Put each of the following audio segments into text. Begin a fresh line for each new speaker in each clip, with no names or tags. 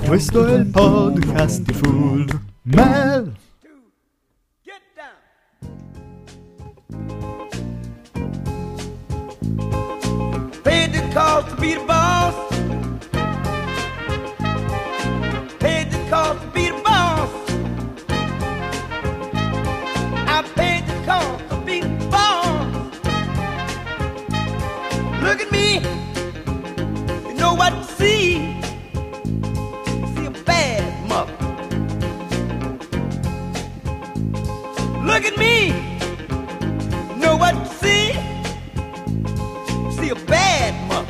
Questo è il podcast di Full Mel.
Paid the cost to be the boss. Paid the cost to be the boss. I paid the cost to be the boss. Look at me. You know what to see. See a bad mother. Look at me. You know what to see. See a bad mother.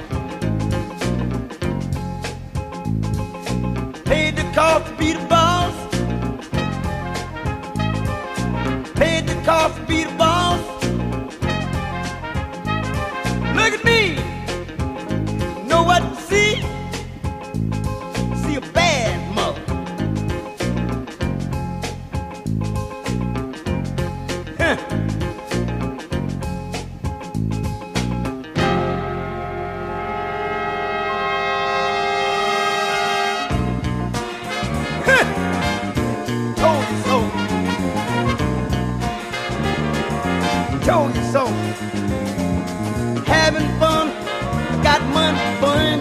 Paid the cost to be the boss. Paid the cost to be the boss. Look at me. Know what to see? See a bad mother. Huh. Told you so. Having fun, got money fun.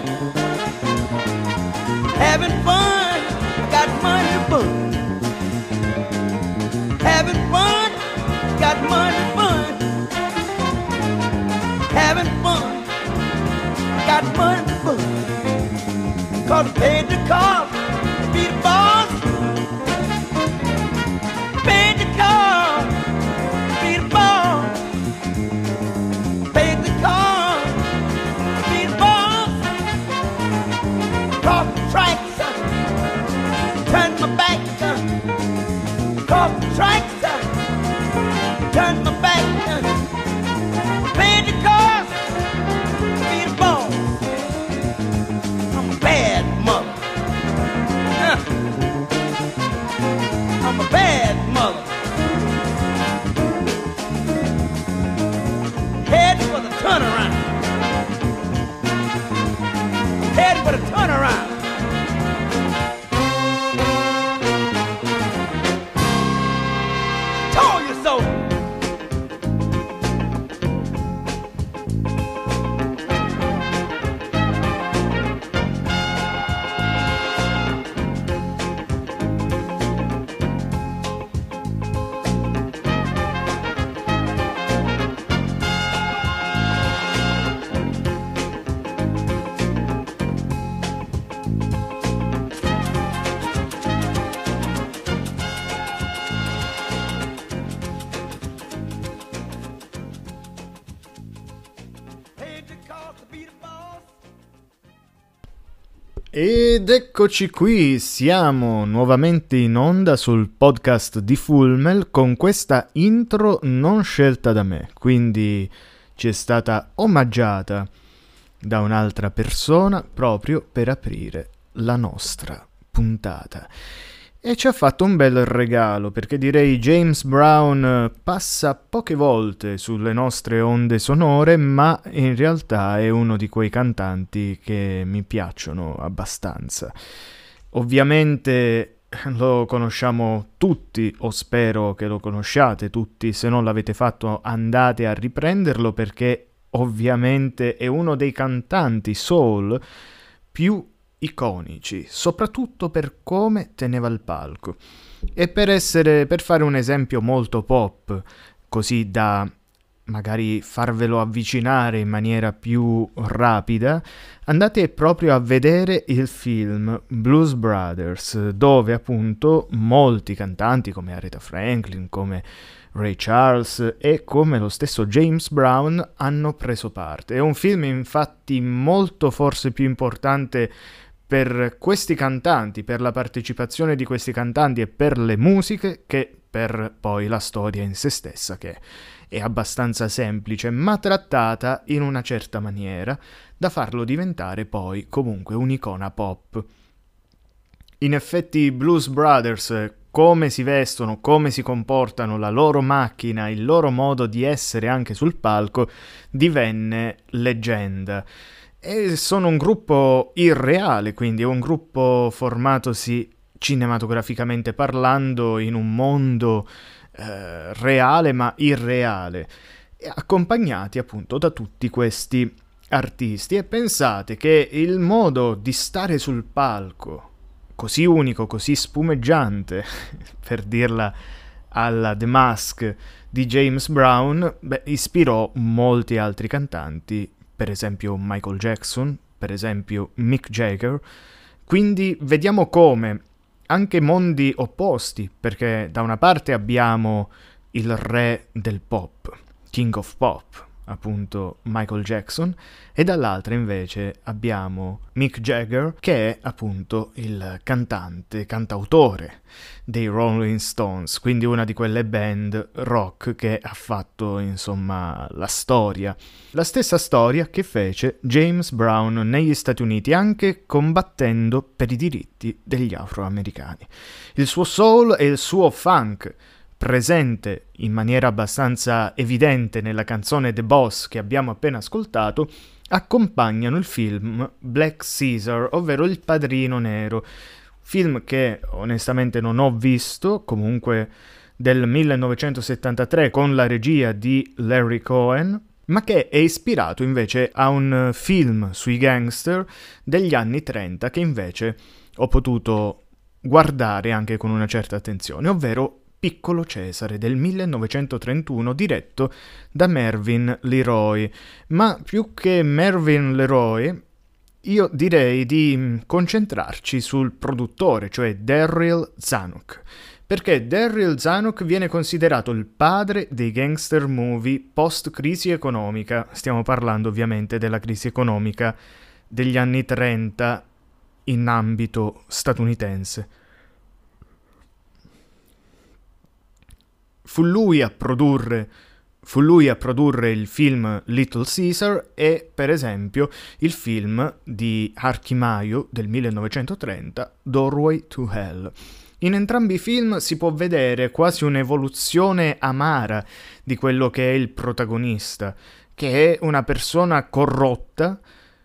Having fun, got money fun. Having fun, got money fun. Having fun, got money fun. Cause I paid the cost to be the boss. Paid the cost to be the boss. Paid the cost to be the boss. Cross the tracks, turned my back. Cross the tracks, turned my back. Paid the cost to be the boss. I'm a bad mother. I'm a bad mother. Head for the turnaround. Head for the turnaround. Told you so.
Ed eccoci qui, siamo nuovamente in onda sul podcast di Full Mel con questa intro non scelta da me, quindi ci è stata omaggiata da un'altra persona proprio per aprire la nostra puntata. E ci ha fatto un bel regalo, perché direi James Brown passa poche volte sulle nostre onde sonore, ma in realtà è uno di quei cantanti che mi piacciono abbastanza. Ovviamente lo conosciamo tutti, o spero che lo conosciate tutti, se non l'avete fatto andate a riprenderlo, perché ovviamente è uno dei cantanti soul più iconici, soprattutto per come teneva il palco. E per fare un esempio molto pop, così da magari farvelo avvicinare in maniera più rapida, andate proprio a vedere il film Blues Brothers, dove appunto molti cantanti come Aretha Franklin, come Ray Charles e come lo stesso James Brown hanno preso parte. È un film infatti molto forse più importante per questi cantanti, per la partecipazione di questi cantanti e per le musiche, che per poi la storia in se stessa, che è abbastanza semplice, ma trattata in una certa maniera da farlo diventare poi comunque un'icona pop. In effetti i Blues Brothers, come si vestono, come si comportano, la loro macchina, il loro modo di essere anche sul palco, divenne leggenda. E sono un gruppo irreale, quindi è un gruppo formatosi cinematograficamente parlando in un mondo reale ma irreale, e accompagnati appunto da tutti questi artisti. E pensate che il modo di stare sul palco così unico, così spumeggiante, per dirla alla The Mask di James Brown, ispirò molti altri cantanti, per esempio Michael Jackson, per esempio Mick Jagger. Quindi vediamo come anche mondi opposti, perché da una parte abbiamo il re del pop, King of Pop, appunto Michael Jackson, e dall'altra invece abbiamo Mick Jagger, che è appunto il cantautore dei Rolling Stones, quindi una di quelle band rock che ha fatto insomma la storia. La stessa storia che fece James Brown negli Stati Uniti, anche combattendo per i diritti degli afroamericani. Il suo soul e il suo funk, presente in maniera abbastanza evidente nella canzone The Boss che abbiamo appena ascoltato, accompagnano il film Black Caesar, ovvero Il Padrino Nero, film che onestamente non ho visto, comunque del 1973 con la regia di Larry Cohen, ma che è ispirato invece a un film sui gangster degli anni 30 che invece ho potuto guardare anche con una certa attenzione, ovvero Piccolo Cesare del 1931, diretto da Mervyn LeRoy. Ma più che Mervyn LeRoy, io direi di concentrarci sul produttore, cioè Darryl Zanuck, perché Darryl Zanuck viene considerato il padre dei gangster movie post-crisi economica. Stiamo parlando ovviamente della crisi economica degli anni 30 in ambito statunitense. Fu lui a produrre il film Little Caesar e, per esempio, il film di Archimaio del 1930, Doorway to Hell. In entrambi i film si può vedere quasi un'evoluzione amara di quello che è il protagonista, che è una persona corrotta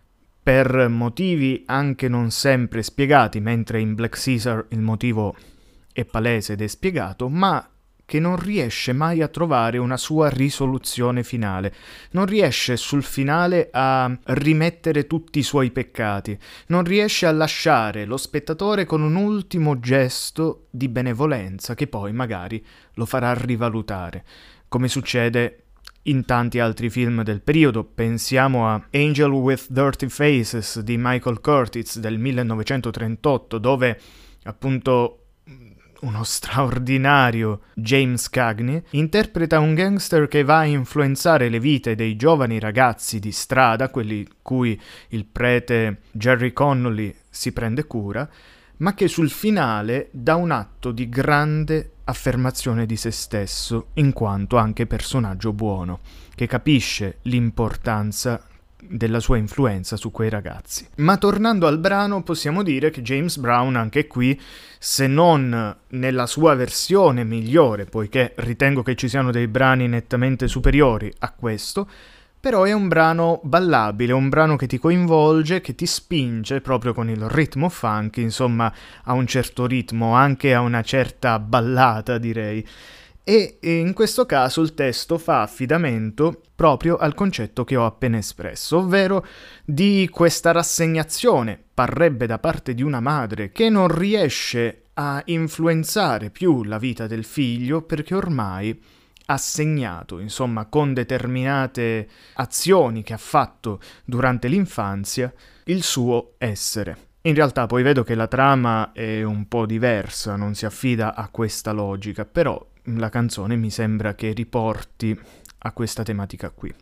per motivi anche non sempre spiegati, mentre in Black Caesar il motivo è palese ed è spiegato, ma che non riesce mai a trovare una sua risoluzione finale, non riesce sul finale a rimettere tutti i suoi peccati, non riesce a lasciare lo spettatore con un ultimo gesto di benevolenza che poi magari lo farà rivalutare, come succede in tanti altri film del periodo. Pensiamo a Angel with Dirty Faces di Michael Curtiz del 1938, dove appunto uno straordinario James Cagney interpreta un gangster che va a influenzare le vite dei giovani ragazzi di strada, quelli cui il prete Jerry Connolly si prende cura, ma che sul finale dà un atto di grande affermazione di se stesso, in quanto anche personaggio buono, che capisce l'importanza della sua influenza su quei ragazzi. Ma tornando al brano, possiamo dire che James Brown anche qui, se non nella sua versione migliore, poiché ritengo che ci siano dei brani nettamente superiori a questo, però è un brano ballabile, un brano che ti coinvolge, che ti spinge proprio con il ritmo funk, insomma a un certo ritmo, anche a una certa ballata direi. E in questo caso il testo fa affidamento proprio al concetto che ho appena espresso, ovvero di questa rassegnazione, parrebbe da parte di una madre, che non riesce a influenzare più la vita del figlio perché ormai ha segnato, insomma, con determinate azioni che ha fatto durante l'infanzia, il suo essere. In realtà poi vedo che la trama è un po' diversa, non si affida a questa logica, però la canzone mi sembra che riporti a questa tematica qui.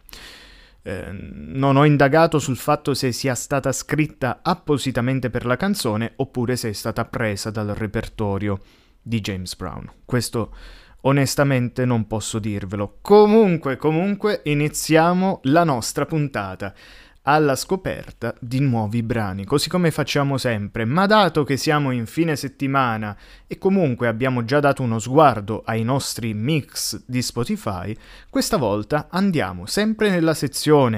Non ho indagato sul fatto se sia stata scritta appositamente per la canzone oppure se è stata presa dal repertorio di James Brown. Questo onestamente non posso dirvelo. Comunque, iniziamo la nostra puntata alla scoperta di nuovi brani, così come facciamo sempre, ma dato che siamo in fine settimana e comunque abbiamo già dato uno sguardo ai nostri mix di Spotify, questa volta andiamo sempre nella sezione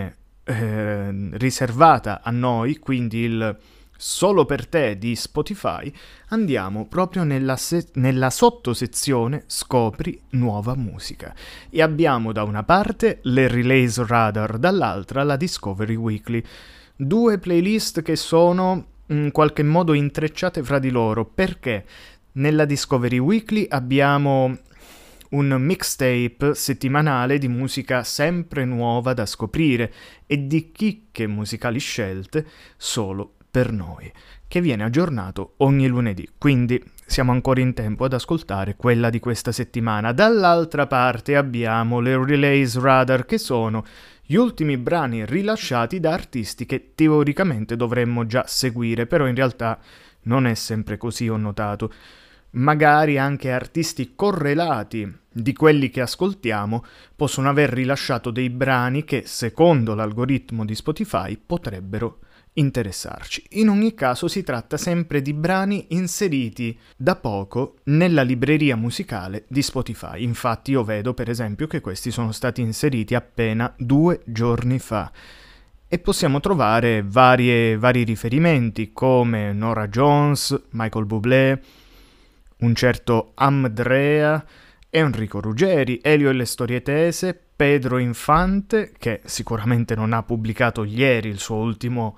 riservata a noi, quindi il solo per te di Spotify, andiamo proprio nella sottosezione Scopri nuova musica e abbiamo da una parte le Release Radar, dall'altra la Discovery Weekly, due playlist che sono in qualche modo intrecciate fra di loro, perché nella Discovery Weekly abbiamo un mixtape settimanale di musica sempre nuova da scoprire e di chicche musicali scelte solo per noi, che viene aggiornato ogni lunedì, quindi siamo ancora in tempo ad ascoltare quella di questa settimana. Dall'altra parte abbiamo le Release Radar, che sono gli ultimi brani rilasciati da artisti che teoricamente dovremmo già seguire, però in realtà non è sempre così, ho notato. Magari anche artisti correlati di quelli che ascoltiamo possono aver rilasciato dei brani che, secondo l'algoritmo di Spotify, potrebbero interessarci. In ogni caso si tratta sempre di brani inseriti da poco nella libreria musicale di Spotify. Infatti io vedo per esempio che questi sono stati inseriti appena 2 giorni fa e possiamo trovare vari riferimenti come Norah Jones, Michael Bublé, un certo Amdrea, Enrico Ruggeri, Elio e le Storie Tese, Pedro Infante, che sicuramente non ha pubblicato ieri il suo ultimo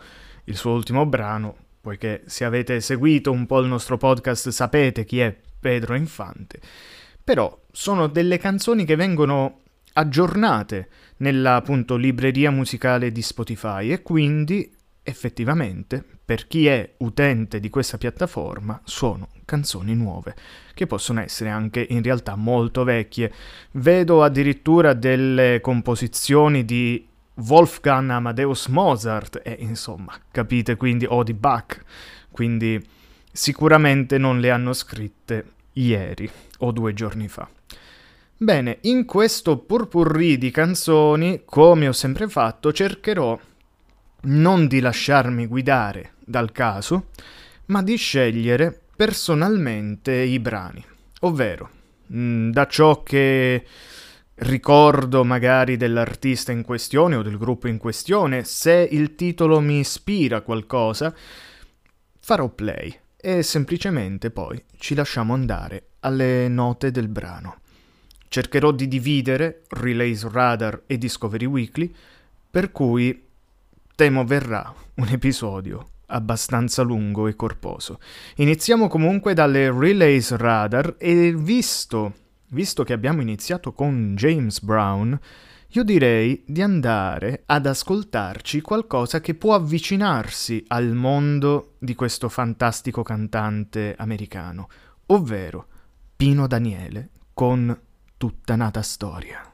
brano, poiché se avete seguito un po' il nostro podcast sapete chi è Pedro Infante, però sono delle canzoni che vengono aggiornate nella appunto libreria musicale di Spotify e quindi effettivamente per chi è utente di questa piattaforma sono canzoni nuove, che possono essere anche in realtà molto vecchie. Vedo addirittura delle composizioni di Wolfgang Amadeus Mozart e insomma, capite, quindi, o di Bach, quindi sicuramente non le hanno scritte ieri o 2 giorni fa. Bene, in questo purpurri di canzoni, come ho sempre fatto, cercherò non di lasciarmi guidare dal caso, ma di scegliere personalmente i brani, ovvero da ciò che ricordo magari dell'artista in questione o del gruppo in questione, se il titolo mi ispira a qualcosa, farò play e semplicemente poi ci lasciamo andare alle note del brano. Cercherò di dividere Release Radar e Discovery Weekly, per cui temo verrà un episodio abbastanza lungo e corposo. Iniziamo comunque dalle Release Radar e visto che abbiamo iniziato con James Brown, io direi di andare ad ascoltarci qualcosa che può avvicinarsi al mondo di questo fantastico cantante americano, ovvero Pino Daniele con Tutta nata storia.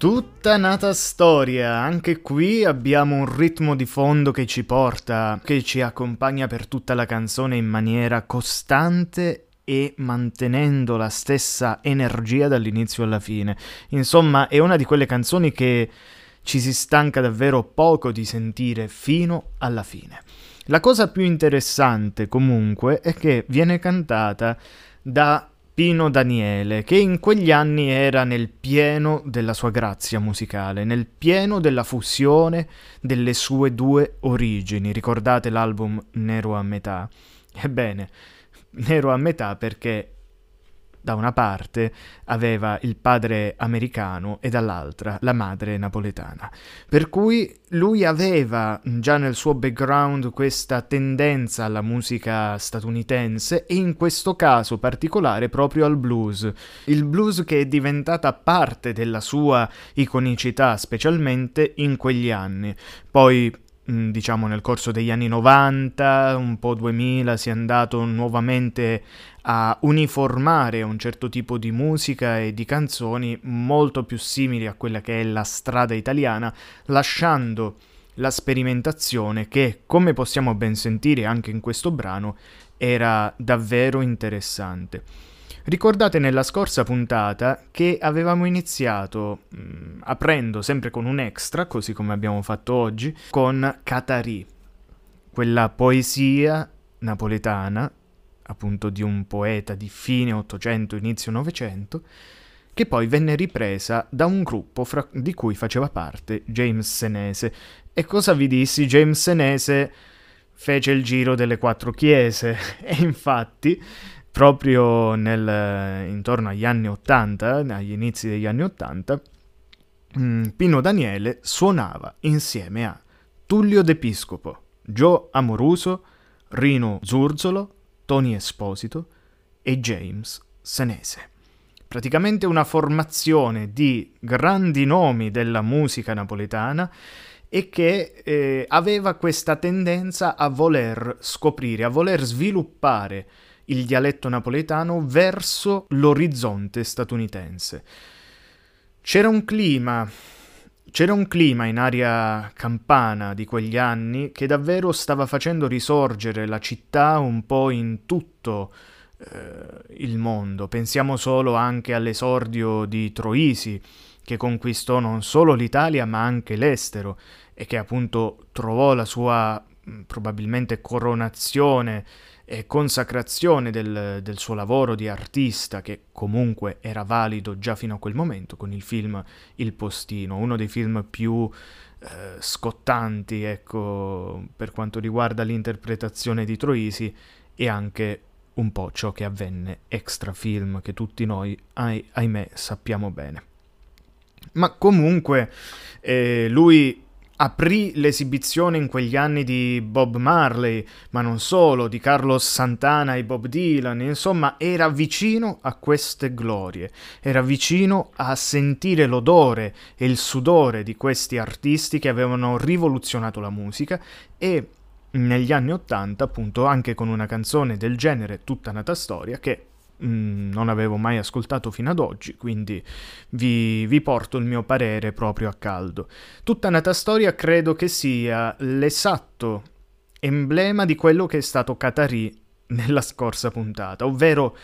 Tutta nata storia, anche qui abbiamo un ritmo di fondo che ci porta, che ci accompagna per tutta la canzone in maniera costante e mantenendo la stessa energia dall'inizio alla fine. Insomma, è una di quelle canzoni che ci si stanca davvero poco di sentire fino alla fine. La cosa più interessante comunque è che viene cantata da Pino Daniele, che in quegli anni era nel pieno della sua grazia musicale, nel pieno della fusione delle sue due origini. Ricordate l'album Nero a metà? Ebbene, nero a metà perché da una parte aveva il padre americano e dall'altra la madre napoletana. Per cui lui aveva già nel suo background questa tendenza alla musica statunitense e in questo caso particolare proprio al blues. Il blues che è diventata parte della sua iconicità, specialmente in quegli anni. Poi diciamo nel corso degli anni 90, un po' 2000, si è andato nuovamente a uniformare un certo tipo di musica e di canzoni molto più simili a quella che è la strada italiana, lasciando la sperimentazione che, come possiamo ben sentire anche in questo brano, era davvero interessante. Ricordate nella scorsa puntata che avevamo iniziato aprendo sempre con un extra, così come abbiamo fatto oggi, con Qatarì, quella poesia napoletana, appunto di un poeta di fine 800, inizio 900, che poi venne ripresa da un gruppo di cui faceva parte James Senese. E cosa vi dissi? James Senese fece il giro delle 4 chiese e infatti proprio intorno agli anni 80, agli inizi degli anni 80, Pino Daniele suonava insieme a Tullio D'Episcopo, Joe Amoruso, Rino Zurzolo, Tony Esposito e James Senese. Praticamente una formazione di grandi nomi della musica napoletana e che aveva questa tendenza a voler scoprire, a voler sviluppare il dialetto napoletano verso l'orizzonte statunitense. C'era un clima in aria campana di quegli anni che davvero stava facendo risorgere la città un po' in tutto il mondo. Pensiamo solo anche all'esordio di Troisi, che conquistò non solo l'Italia ma anche l'estero e che appunto trovò la sua probabilmente coronazione e consacrazione del suo lavoro di artista, che comunque era valido già fino a quel momento, con il film Il Postino, uno dei film più scottanti, ecco, per quanto riguarda l'interpretazione di Troisi, e anche un po' ciò che avvenne extra film, che tutti noi, ahimè, sappiamo bene. Ma comunque lui aprì l'esibizione in quegli anni di Bob Marley, ma non solo, di Carlos Santana e Bob Dylan, insomma era vicino a queste glorie, era vicino a sentire l'odore e il sudore di questi artisti che avevano rivoluzionato la musica e negli anni '80 appunto anche con una canzone del genere, Tutta nata storia, che non avevo mai ascoltato fino ad oggi, quindi vi porto il mio parere proprio a caldo. Tutta nata storia credo che sia l'esatto emblema di quello che è stato Qatarì nella scorsa puntata, ovvero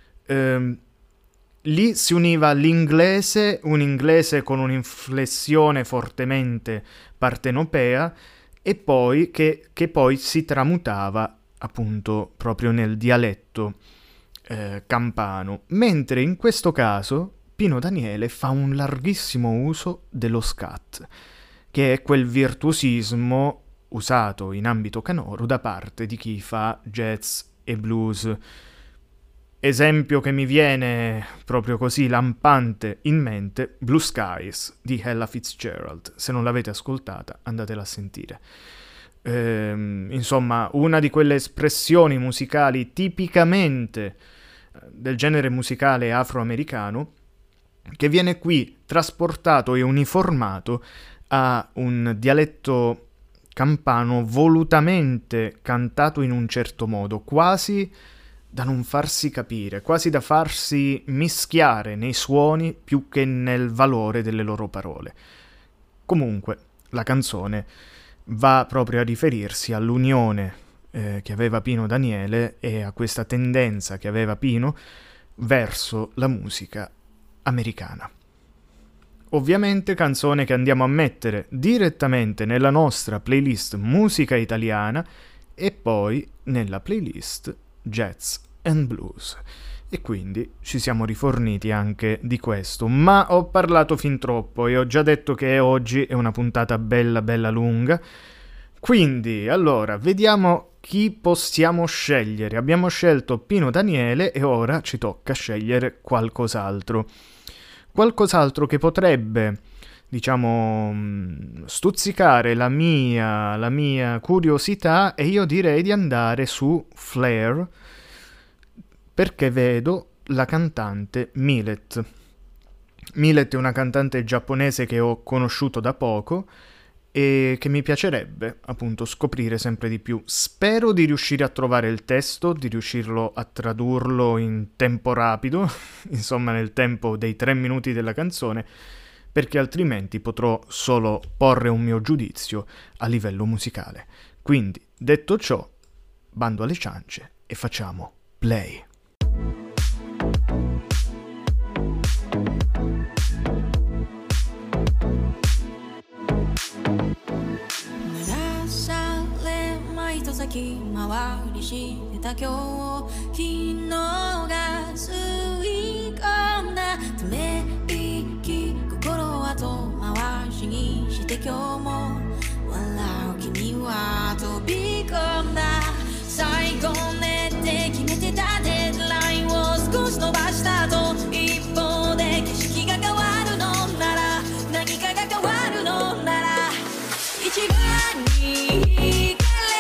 lì si univa l'inglese, un inglese con un'inflessione fortemente partenopea e poi che poi si tramutava appunto proprio nel dialetto campano, mentre in questo caso Pino Daniele fa un larghissimo uso dello scat, che è quel virtuosismo usato in ambito canoro da parte di chi fa jazz e blues. Esempio che mi viene proprio così lampante in mente, Blue Skies di Ella Fitzgerald. Se non l'avete ascoltata, andatela a sentire. Insomma, una di quelle espressioni musicali tipicamente del genere musicale afroamericano che viene qui trasportato e uniformato a un dialetto campano volutamente cantato in un certo modo, quasi da non farsi capire, quasi da farsi mischiare nei suoni più che nel valore delle loro parole. Comunque, la canzone va proprio a riferirsi all'unione che aveva Pino Daniele e a questa tendenza che aveva Pino verso la musica americana. Ovviamente canzone che andiamo a mettere direttamente nella nostra playlist musica italiana e poi nella playlist jazz and blues. E quindi ci siamo riforniti anche di questo, ma ho parlato fin troppo e ho già detto che oggi è una puntata bella bella lunga. Quindi, allora, vediamo chi possiamo scegliere. Abbiamo scelto Pino Daniele e ora ci tocca scegliere qualcos'altro. Qualcos'altro che potrebbe, diciamo, stuzzicare la mia curiosità, e io direi di andare su Flair, perché vedo la cantante Milet. Milet è una cantante giapponese che ho conosciuto da poco e che mi piacerebbe appunto scoprire sempre di più. Spero di riuscire a trovare il testo, di riuscirlo a tradurlo in tempo rapido, insomma nel tempo dei 3 minuti della canzone, perché altrimenti potrò solo porre un mio giudizio a livello musicale. Quindi, detto ciò, bando alle ciance e facciamo play.
先回りしてた今日昨日が吸い込んだため息心は後回しにして今日も笑う君は飛び込んだ最後寝て決めてたデッドラインを少し伸ばした後一方で景色が変わるのなら何かが変わるのなら一番に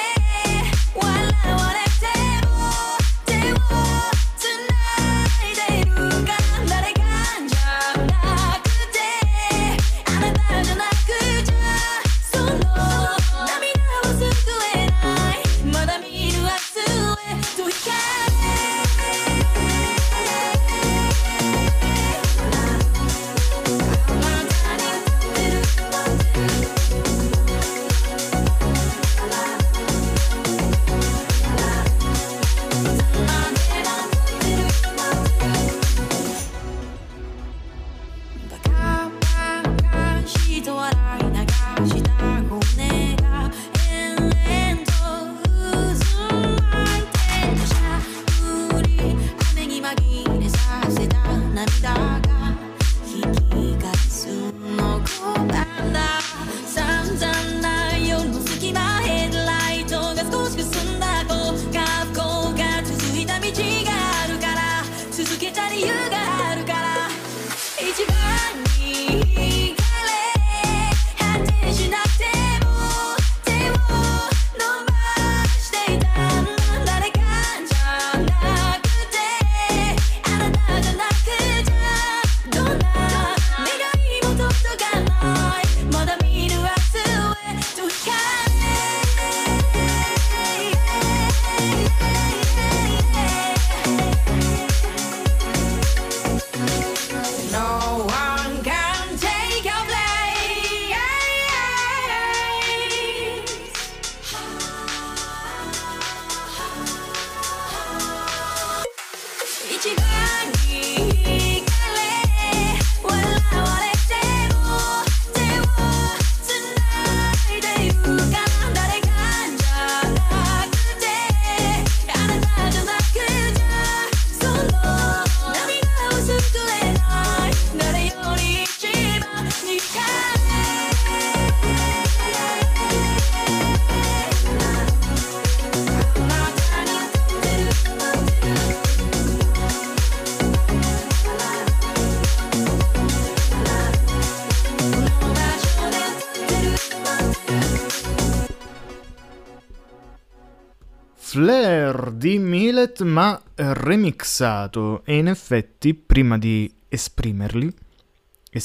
Flair di Milet, ma remixato. E in effetti, prima di esprimermi,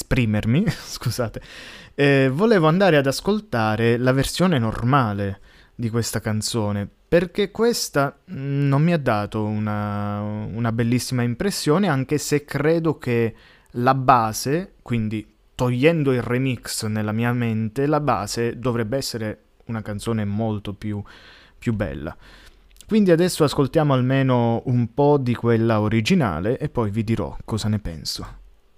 scusate, volevo andare ad ascoltare la versione normale di questa canzone, perché questa non mi ha dato una bellissima impressione, anche se credo che la base, quindi togliendo il remix nella mia mente, la base dovrebbe essere una canzone molto più bella. Quindi adesso ascoltiamo almeno un po' di quella originale e poi vi dirò cosa ne penso.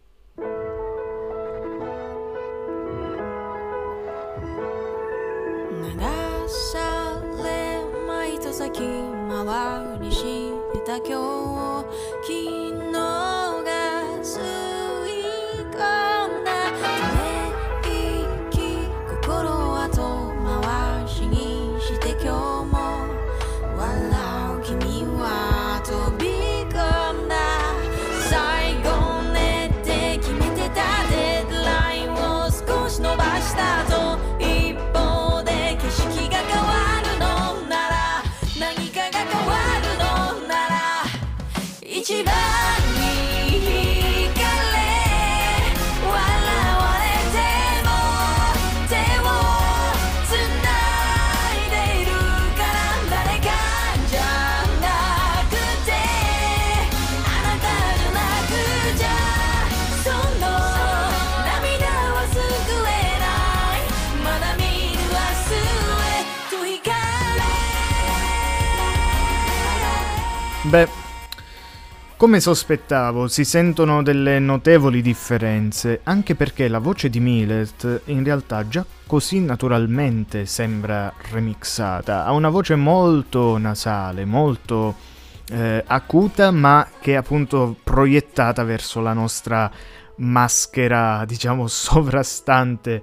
'Beh, come sospettavo, si sentono delle notevoli differenze, anche perché la voce di Milet in realtà già così naturalmente sembra remixata. Ha una voce molto nasale, molto acuta, ma che è appunto proiettata verso la nostra maschera, diciamo, sovrastante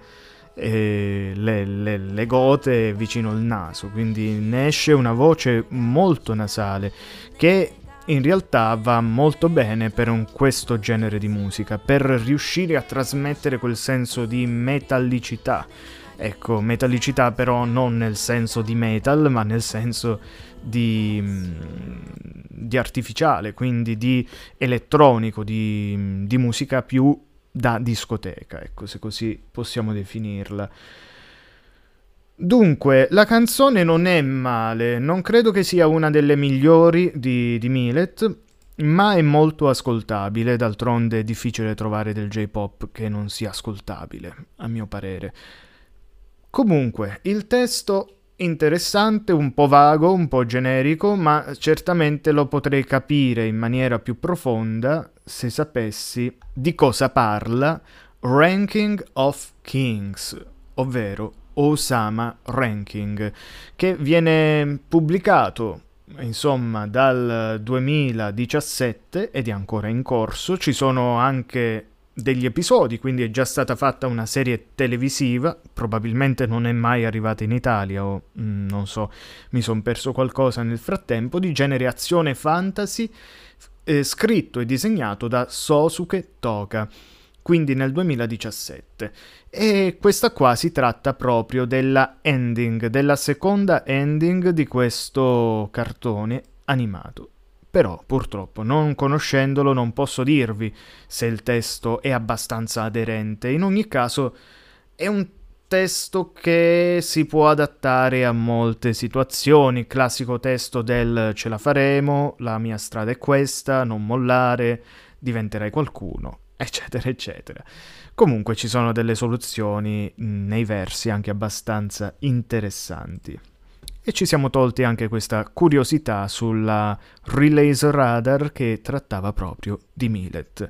le gote vicino al naso, quindi ne esce una voce molto nasale che in realtà va molto bene per questo genere di musica, per riuscire a trasmettere quel senso di metallicità. Ecco, metallicità però non nel senso di metal, ma nel senso di artificiale, quindi di elettronico, di musica più da discoteca, ecco, se così possiamo definirla. Dunque, la canzone non è male, non credo che sia una delle migliori di Milet, ma è molto ascoltabile. D'altronde è difficile trovare del J-pop che non sia ascoltabile, a mio parere. Comunque, il testo interessante, un po' vago, un po' generico, ma certamente lo potrei capire in maniera più profonda se sapessi di cosa parla Ranking of Kings, ovvero Osama Ranking, che viene pubblicato insomma dal 2017 ed è ancora in corso. Ci sono anche degli episodi, quindi è già stata fatta una serie televisiva, probabilmente non è mai arrivata in Italia o non so, mi sono perso qualcosa nel frattempo, di genere azione fantasy, scritto e disegnato da Sosuke Toka, quindi nel 2017. E questa qua si tratta proprio della ending, della seconda ending di questo cartone animato. Però, purtroppo, non conoscendolo, non posso dirvi se il testo è abbastanza aderente. In ogni caso, è un testo che si può adattare a molte situazioni. Classico testo del ce la faremo, la mia strada è questa, non mollare, diventerai qualcuno, eccetera, eccetera. Comunque ci sono delle soluzioni nei versi anche abbastanza interessanti. E ci siamo tolti anche questa curiosità sulla Release Radar che trattava proprio di Milet.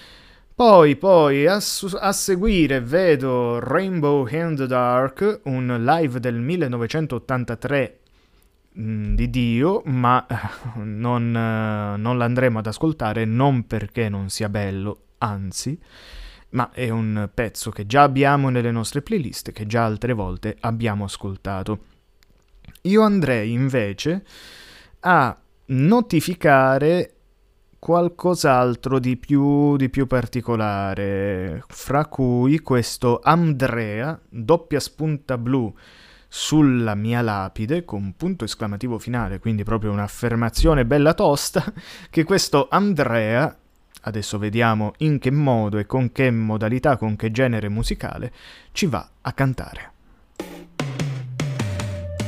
Poi a seguire vedo Rainbow in the Dark, un live del 1983 di Dio, ma non l'andremo ad ascoltare, non perché non sia bello, anzi, ma è un pezzo che già abbiamo nelle nostre playlist, che già altre volte abbiamo ascoltato. Io andrei invece a notificare qualcos'altro di più particolare, fra cui questo Andrea, doppia spunta blu sulla mia lapide, con punto esclamativo finale, quindi proprio un'affermazione bella tosta, che questo Andrea, adesso vediamo in che modo e con che modalità, con che genere musicale, ci va a cantare.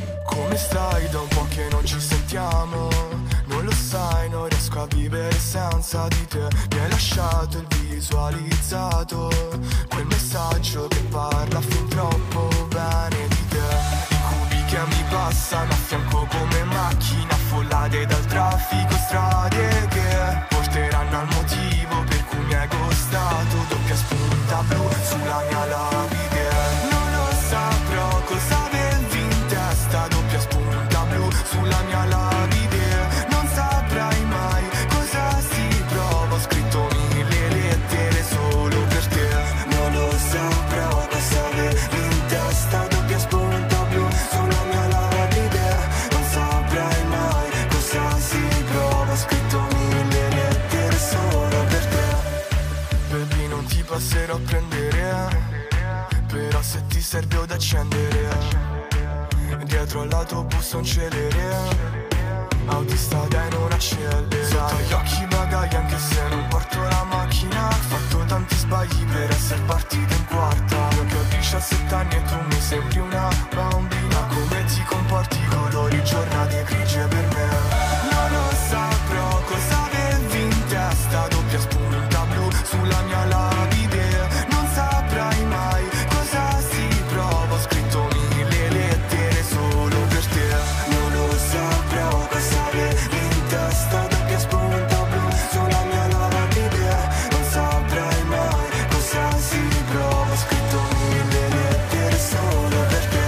come stai? Da un po' che non ci sentiamo. Non lo sai, non riesco a vivere senza di te. Mi hai lasciato il visualizzato, quel messaggio che parla fin troppo bene di te. I cubi che mi passano a fianco come macchine affollate dal traffico, strade che porteranno al motivo per cui mi hai costato. Doppia spunta blu sulla mia lapide. Non lo saprò cosa avevi in testa. Doppia spunta blu sulla mia lapide. Non saprai mai cosa si prova. Ho scritto 1000 lettere solo per te. Non lo saprò cosa avevi in testa. Doppia spunta blu sulla mia lapide. Non saprai mai cosa si prova. Ho scritto 1000 lettere solo per te. Baby, non ti passerò a prendere, però se ti serve ho da accendere. Dietro all'autobus un celere, autostrada e non accelera. Sotto gli occhi bagagli anche se non porto la macchina. Ho fatto tanti sbagli per essere partito in quarta. Io che ho 17 anni e tu mi sembri una bambina. Come ti comporti, colori, giornate grigie per me. Non lo saprò cosa avevi in testa. Doppia spunta blu sulla mia lapide. Non saprai mai cosa si prova. Ho scritto 1000 lettere solo per te. Non lo saprò cosa avevi in testa. Doppia spunta blu sulla mia lapide. Non saprai mai cosa si prova. Ho scritto 1000 lettere solo per te.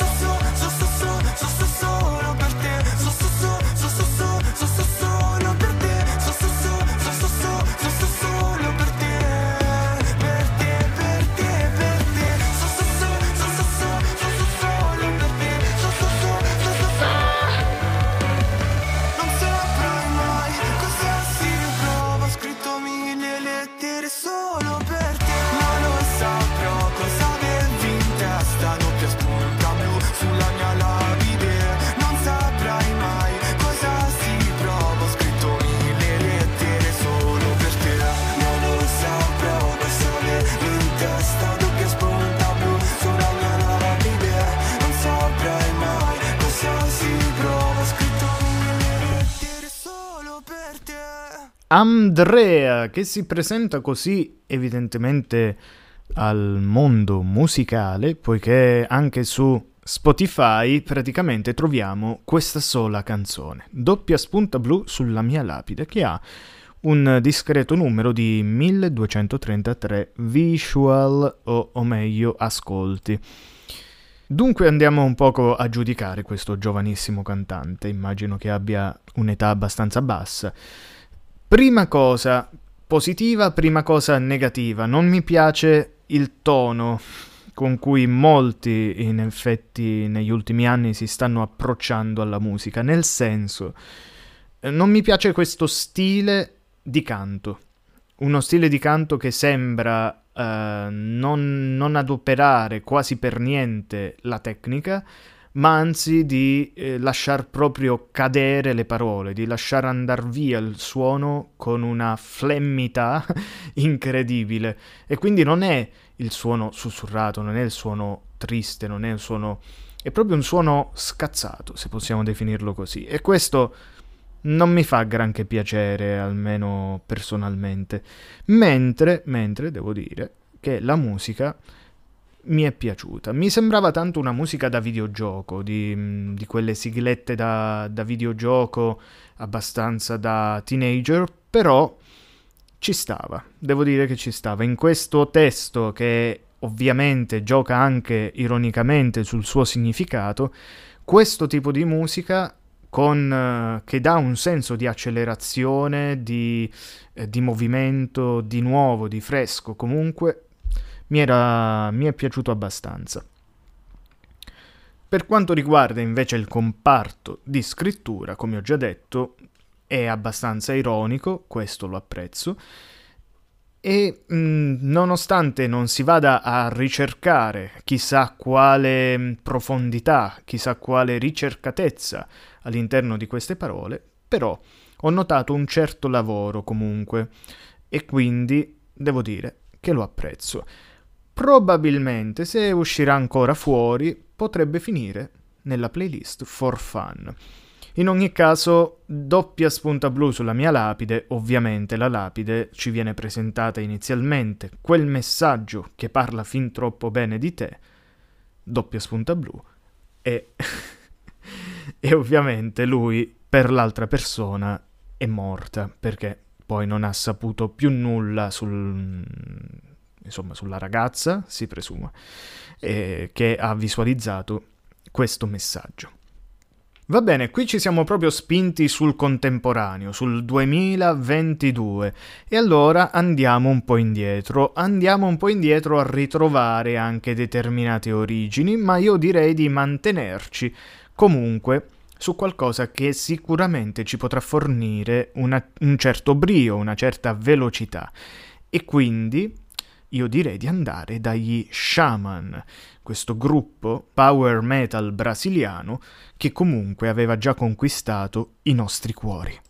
Solo per te. Solo per te. Solo per te. Per te. Solo per te. Non saprai mai cosa si prova. Ho scritto 1000 lettere solo per te. Ma lo saprò cosa avevi in testa. Doppia spunta blu sulla mia lapide. Non saprai mai cosa si prova. Ho scritto 1000 lettere solo per te. Ma lo saprò cosa avevi in testa. Doppia spunta blu sulla mia lapide. Non saprai mai cosa si prova. Ho scritto 1000 lettere solo per te.
Andrea, che si presenta così evidentemente al mondo musicale, poiché anche su Spotify praticamente troviamo questa sola canzone, Doppia spunta blu sulla mia lapide, che ha un discreto numero di 1233 visual o meglio ascolti. Dunque andiamo un poco a giudicare questo giovanissimo cantante, immagino che abbia un'età abbastanza bassa. Prima cosa positiva, prima cosa negativa, non mi piace il tono con cui molti in effetti negli ultimi anni si stanno approcciando alla musica, nel senso, non mi piace questo stile di canto, uno stile di canto che sembra non adoperare quasi per niente la tecnica, ma anzi di lasciar proprio cadere le parole, di lasciar andar via il suono con una flemmità incredibile. E quindi non è il suono sussurrato, non è il suono triste, non è il suono... è proprio un suono scazzato, se possiamo definirlo così. E questo non mi fa granché piacere, almeno personalmente. Mentre devo dire che la musica mi è piaciuta. Mi sembrava tanto una musica da videogioco, di quelle siglette da videogioco abbastanza da teenager, però ci stava, devo dire che ci stava. In questo testo, che ovviamente gioca anche ironicamente sul suo significato, questo tipo di musica che dà un senso di accelerazione, di movimento, di nuovo, di fresco, comunque mi è piaciuto abbastanza. Per quanto riguarda invece il comparto di scrittura, come ho già detto, è abbastanza ironico, questo lo apprezzo, e nonostante non si vada a ricercare chissà quale profondità, chissà quale ricercatezza all'interno di queste parole, però ho notato un certo lavoro comunque, e quindi devo dire che lo apprezzo. Probabilmente, se uscirà ancora fuori, potrebbe finire nella playlist For Fun. In ogni caso, doppia spunta blu sulla mia lapide. Ovviamente la lapide ci viene presentata inizialmente, quel messaggio che parla fin troppo bene di te, doppia spunta blu, e, e ovviamente lui per l'altra persona è morta, perché poi non ha saputo più nulla sulla ragazza, si presume, che ha visualizzato questo messaggio. Va bene, qui ci siamo proprio spinti sul contemporaneo, sul 2022, e allora andiamo un po' indietro a ritrovare anche determinate origini, ma io direi di mantenerci comunque su qualcosa che sicuramente ci potrà fornire un certo brio, una certa velocità, e quindi io direi di andare dagli Shaman, questo gruppo power metal brasiliano che comunque aveva già conquistato i nostri cuori.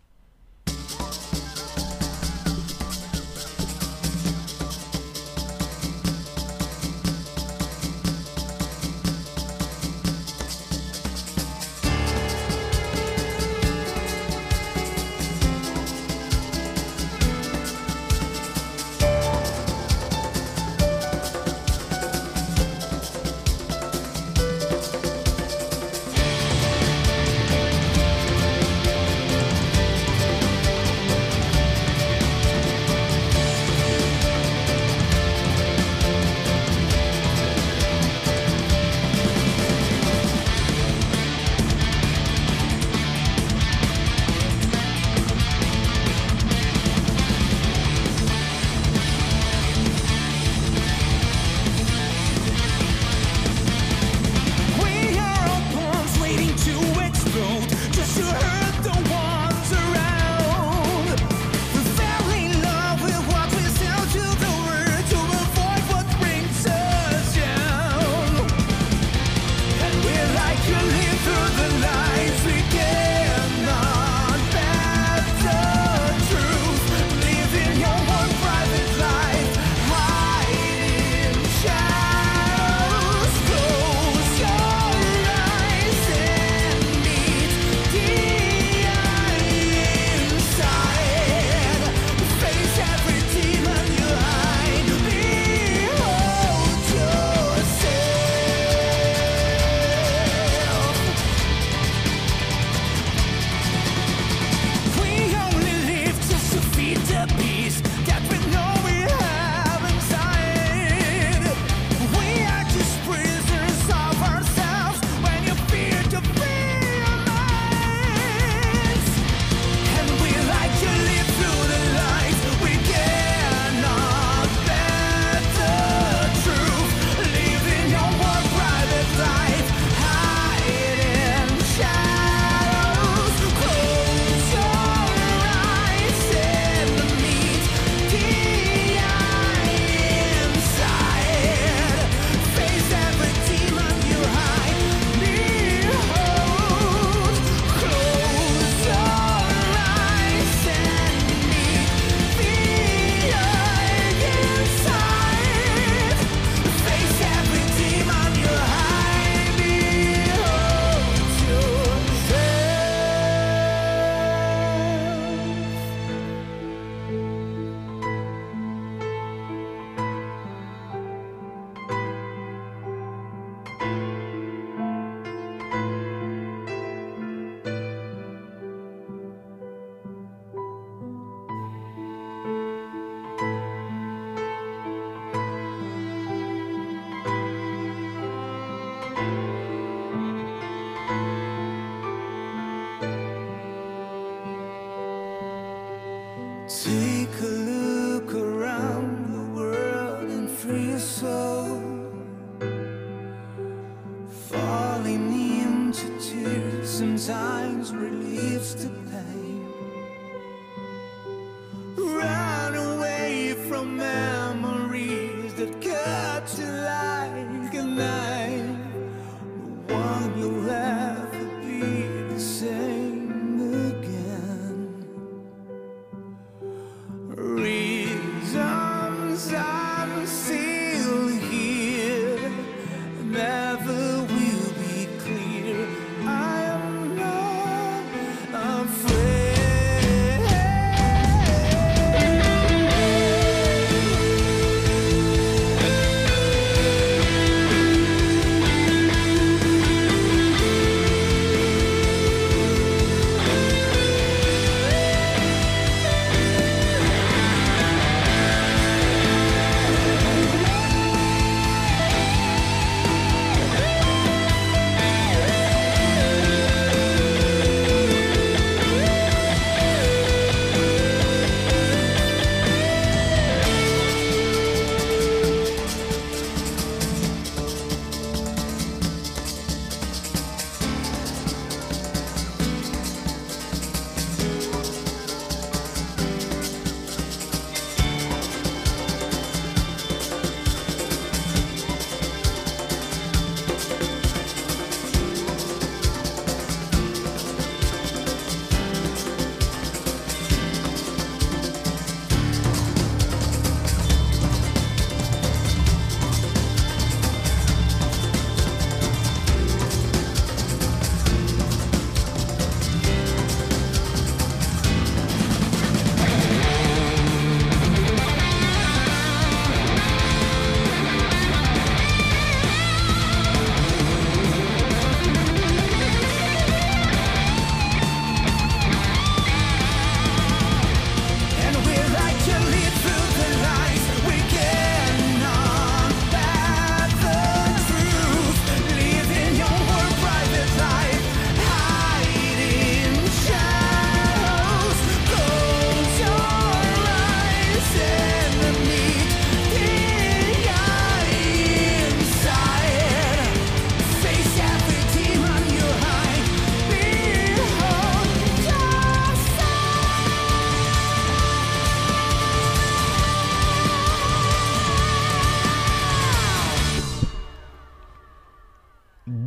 Take a look around the world and free your soul, falling into tears sometimes relieves the pain. Run away from memories that cut you like a knife. No one will ever be the same again.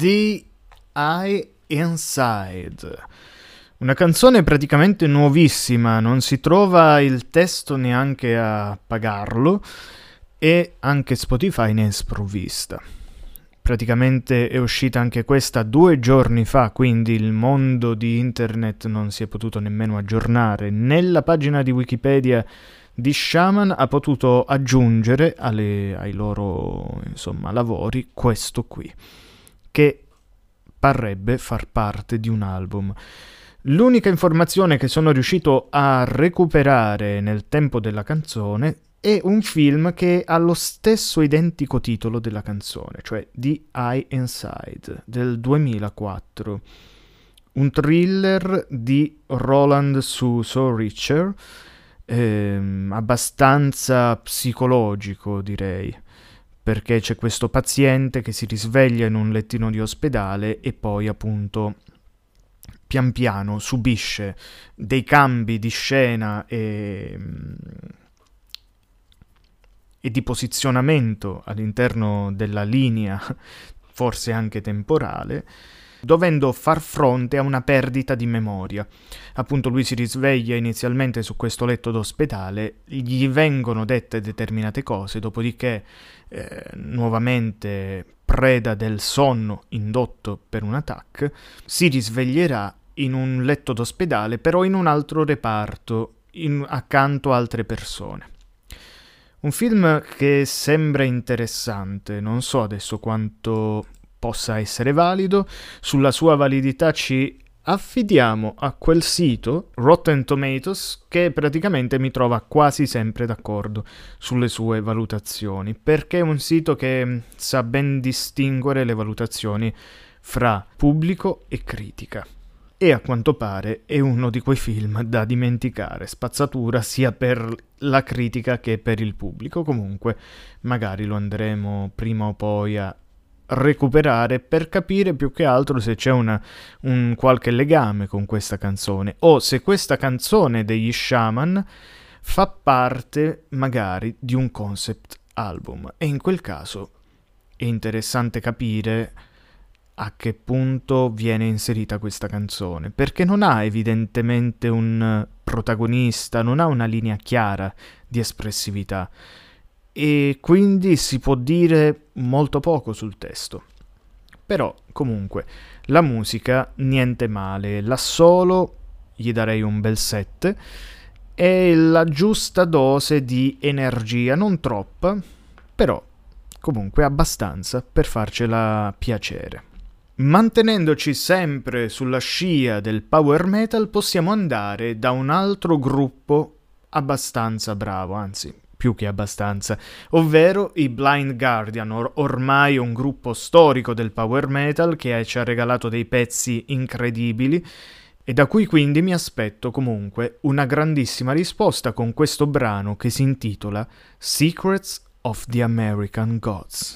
The Eye Inside. Una canzone praticamente nuovissima, non si trova il testo neanche a pagarlo e anche Spotify ne è sprovvista. Praticamente è uscita anche questa 2 giorni fa, quindi il mondo di internet non si è potuto nemmeno aggiornare. Nella pagina di Wikipedia di Shaman ha potuto aggiungere ai loro lavori questo qui, che parrebbe far parte di un album. L'unica informazione che sono riuscito a recuperare nel tempo della canzone è un film che ha lo stesso identico titolo della canzone, cioè The Eye Inside, del 2004. Un thriller di Roland Suso Richer, abbastanza psicologico, direi, perché c'è questo paziente che si risveglia in un lettino di ospedale e poi appunto pian piano subisce dei cambi di scena e di posizionamento all'interno della linea, forse anche temporale, dovendo far fronte a una perdita di memoria. Appunto lui si risveglia inizialmente su questo letto d'ospedale, gli vengono dette determinate cose, dopodiché nuovamente preda del sonno indotto per un attacco, si risveglierà in un letto d'ospedale, però in un altro reparto, accanto a altre persone. Un film che sembra interessante, non so adesso quanto possa essere valido. Sulla sua validità ci affidiamo a quel sito, Rotten Tomatoes, che praticamente mi trova quasi sempre d'accordo sulle sue valutazioni, perché è un sito che sa ben distinguere le valutazioni fra pubblico e critica. E a quanto pare è uno di quei film da dimenticare, spazzatura sia per la critica che per il pubblico. Comunque magari lo andremo prima o poi a recuperare per capire più che altro se c'è un qualche legame con questa canzone, o se questa canzone degli Shaman fa parte magari di un concept album, e in quel caso è interessante capire a che punto viene inserita questa canzone, perché non ha evidentemente un protagonista, non ha una linea chiara di espressività e quindi si può dire molto poco sul testo. Però comunque la musica niente male, l'assolo gli darei un bel 7 e la giusta dose di energia, non troppa, però comunque abbastanza per farcela piacere. Mantenendoci sempre sulla scia del power metal, possiamo andare da un altro gruppo abbastanza bravo, anzi più che abbastanza, ovvero i Blind Guardian, ormai un gruppo storico del power metal che ci ha regalato dei pezzi incredibili e da cui quindi mi aspetto comunque una grandissima risposta con questo brano che si intitola Secrets of the American Gods.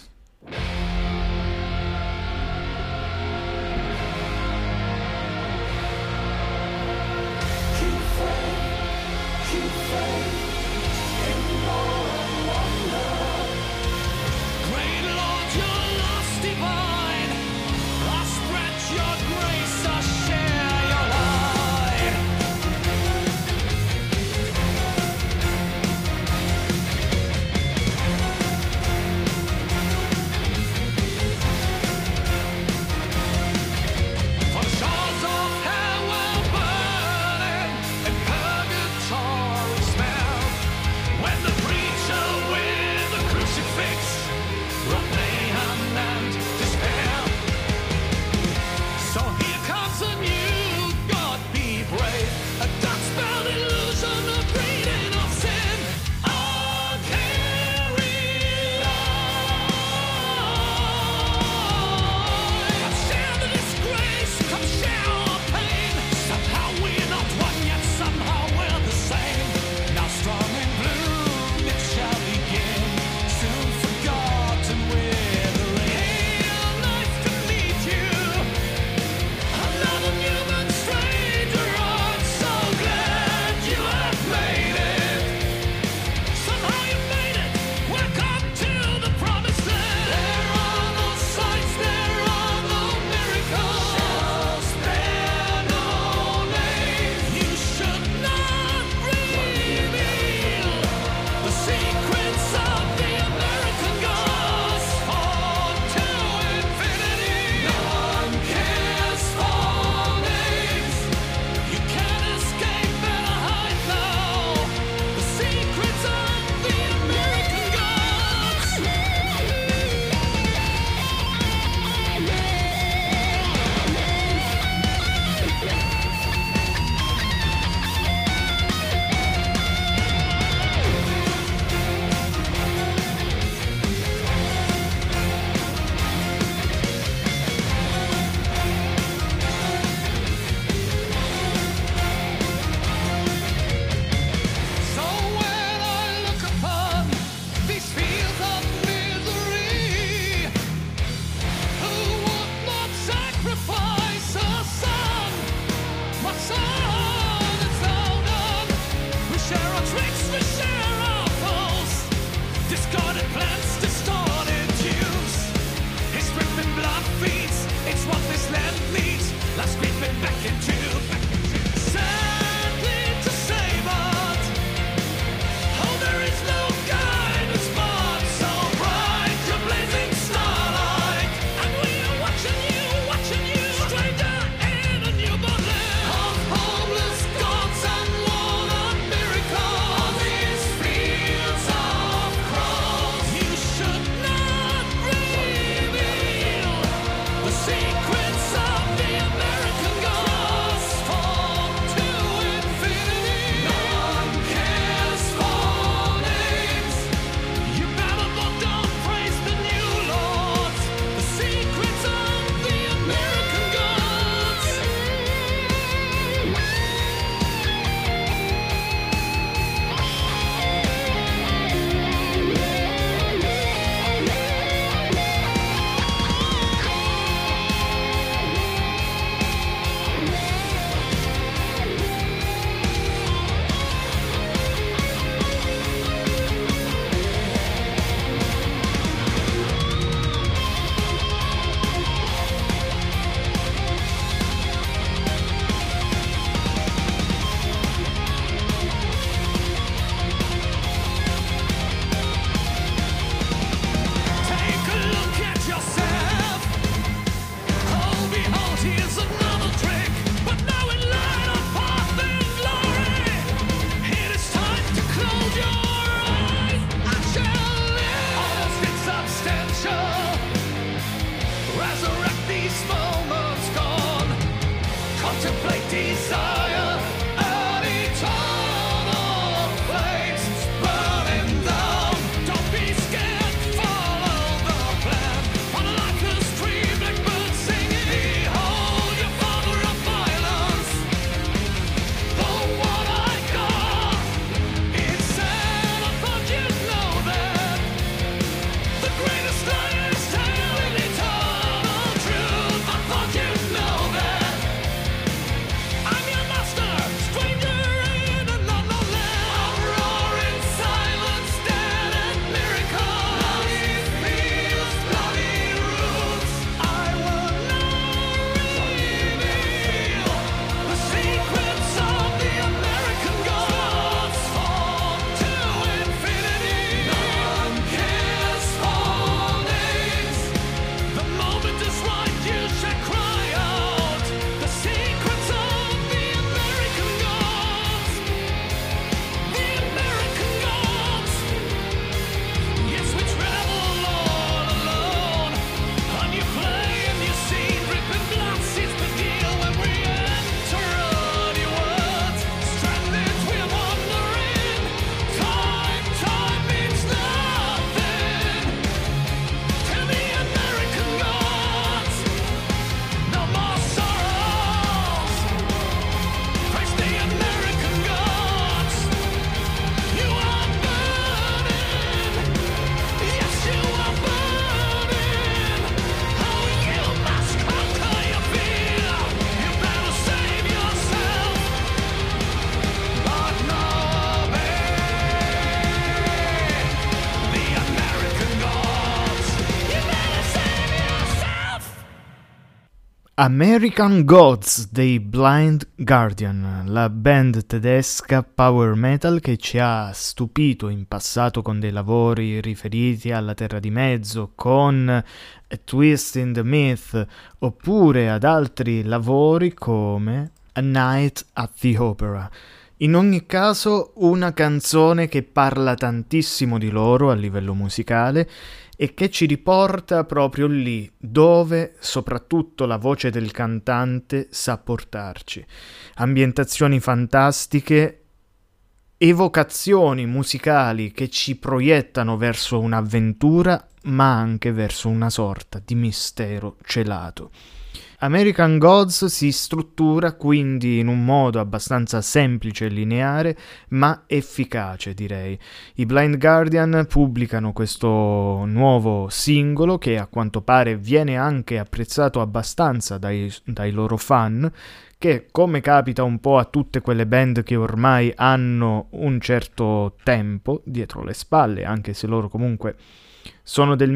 American Gods dei Blind Guardian, la band tedesca power metal che ci ha stupito in passato con dei lavori riferiti alla Terra di Mezzo, con A Twist in the Myth, oppure ad altri lavori come A Night at the Opera. In ogni caso, una canzone che parla tantissimo di loro a livello musicale e che ci riporta proprio lì, dove soprattutto la voce del cantante sa portarci. Ambientazioni fantastiche, evocazioni musicali che ci proiettano verso un'avventura, ma anche verso una sorta di mistero celato. American Gods si struttura quindi in un modo abbastanza semplice e lineare, ma efficace, direi. I Blind Guardian pubblicano questo nuovo singolo che a quanto pare viene anche apprezzato abbastanza dai loro fan, che, come capita un po' a tutte quelle band che ormai hanno un certo tempo dietro le spalle, anche se loro comunque sono del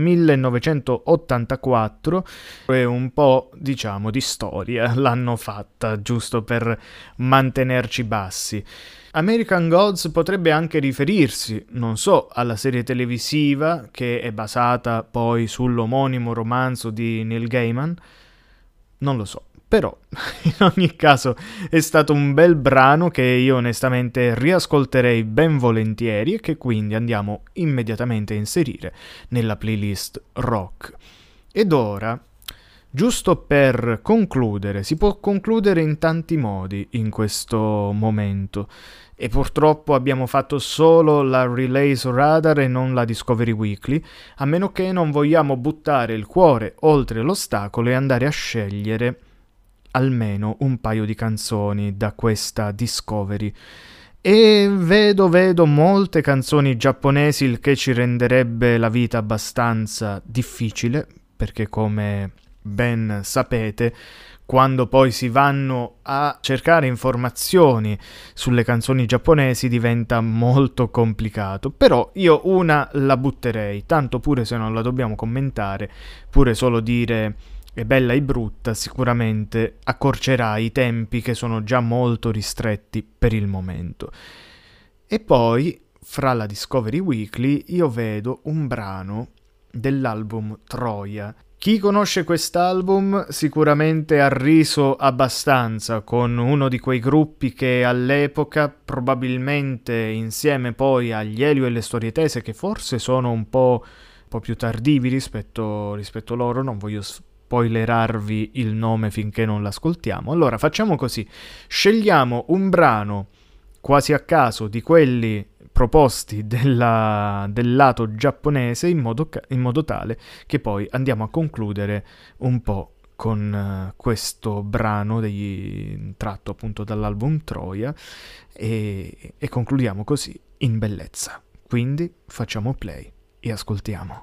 1984 e un po', diciamo, di storia l'hanno fatta, giusto per mantenerci bassi. American Gods potrebbe anche riferirsi, non so, alla serie televisiva che è basata poi sull'omonimo romanzo di Neil Gaiman, non lo so. Però, in ogni caso, è stato un bel brano che io onestamente riascolterei ben volentieri e che quindi andiamo immediatamente a inserire nella playlist rock. Ed ora, giusto per concludere, si può concludere in tanti modi in questo momento, e purtroppo abbiamo fatto solo la Relay su Radar e non la Discovery Weekly, a meno che non vogliamo buttare il cuore oltre l'ostacolo e andare a scegliere almeno un paio di canzoni da questa Discovery. E vedo molte canzoni giapponesi, il che ci renderebbe la vita abbastanza difficile, perché come ben sapete, quando poi si vanno a cercare informazioni sulle canzoni giapponesi diventa molto complicato. Però io una la butterei, tanto pure se non la dobbiamo commentare, pure solo dire è bella e brutta, sicuramente accorcerà i tempi che sono già molto ristretti per il momento. E poi, fra la Discovery Weekly, io vedo un brano dell'album Troia. Chi conosce quest'album sicuramente ha riso abbastanza con uno di quei gruppi che all'epoca, probabilmente insieme poi agli Elio e le Storie Tese, che forse sono un po' più tardivi rispetto loro, non voglio spoilerarvi il nome finché non l'ascoltiamo. Allora facciamo così, scegliamo un brano quasi a caso di quelli proposti del lato giapponese in modo tale che poi andiamo a concludere un po' con questo brano tratto appunto dall'album Troia e concludiamo così in bellezza. Quindi facciamo play e ascoltiamo.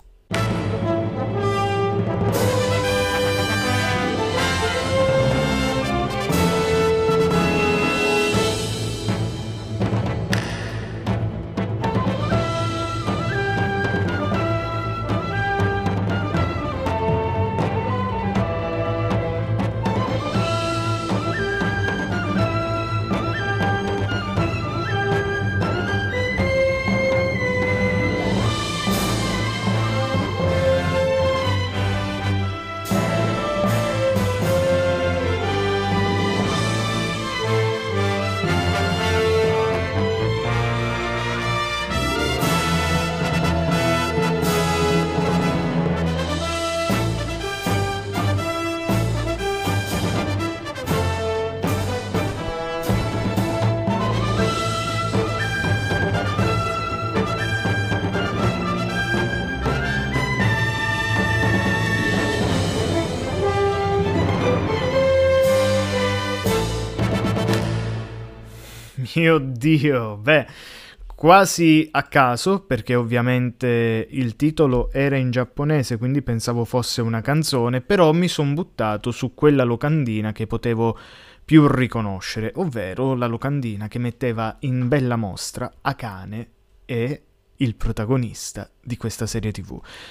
Mio Dio, quasi a caso, perché ovviamente il titolo era in giapponese, quindi pensavo fosse una canzone, però mi sono buttato su quella locandina che potevo più riconoscere, ovvero la locandina che metteva in bella mostra Akane e il protagonista di questa serie TV.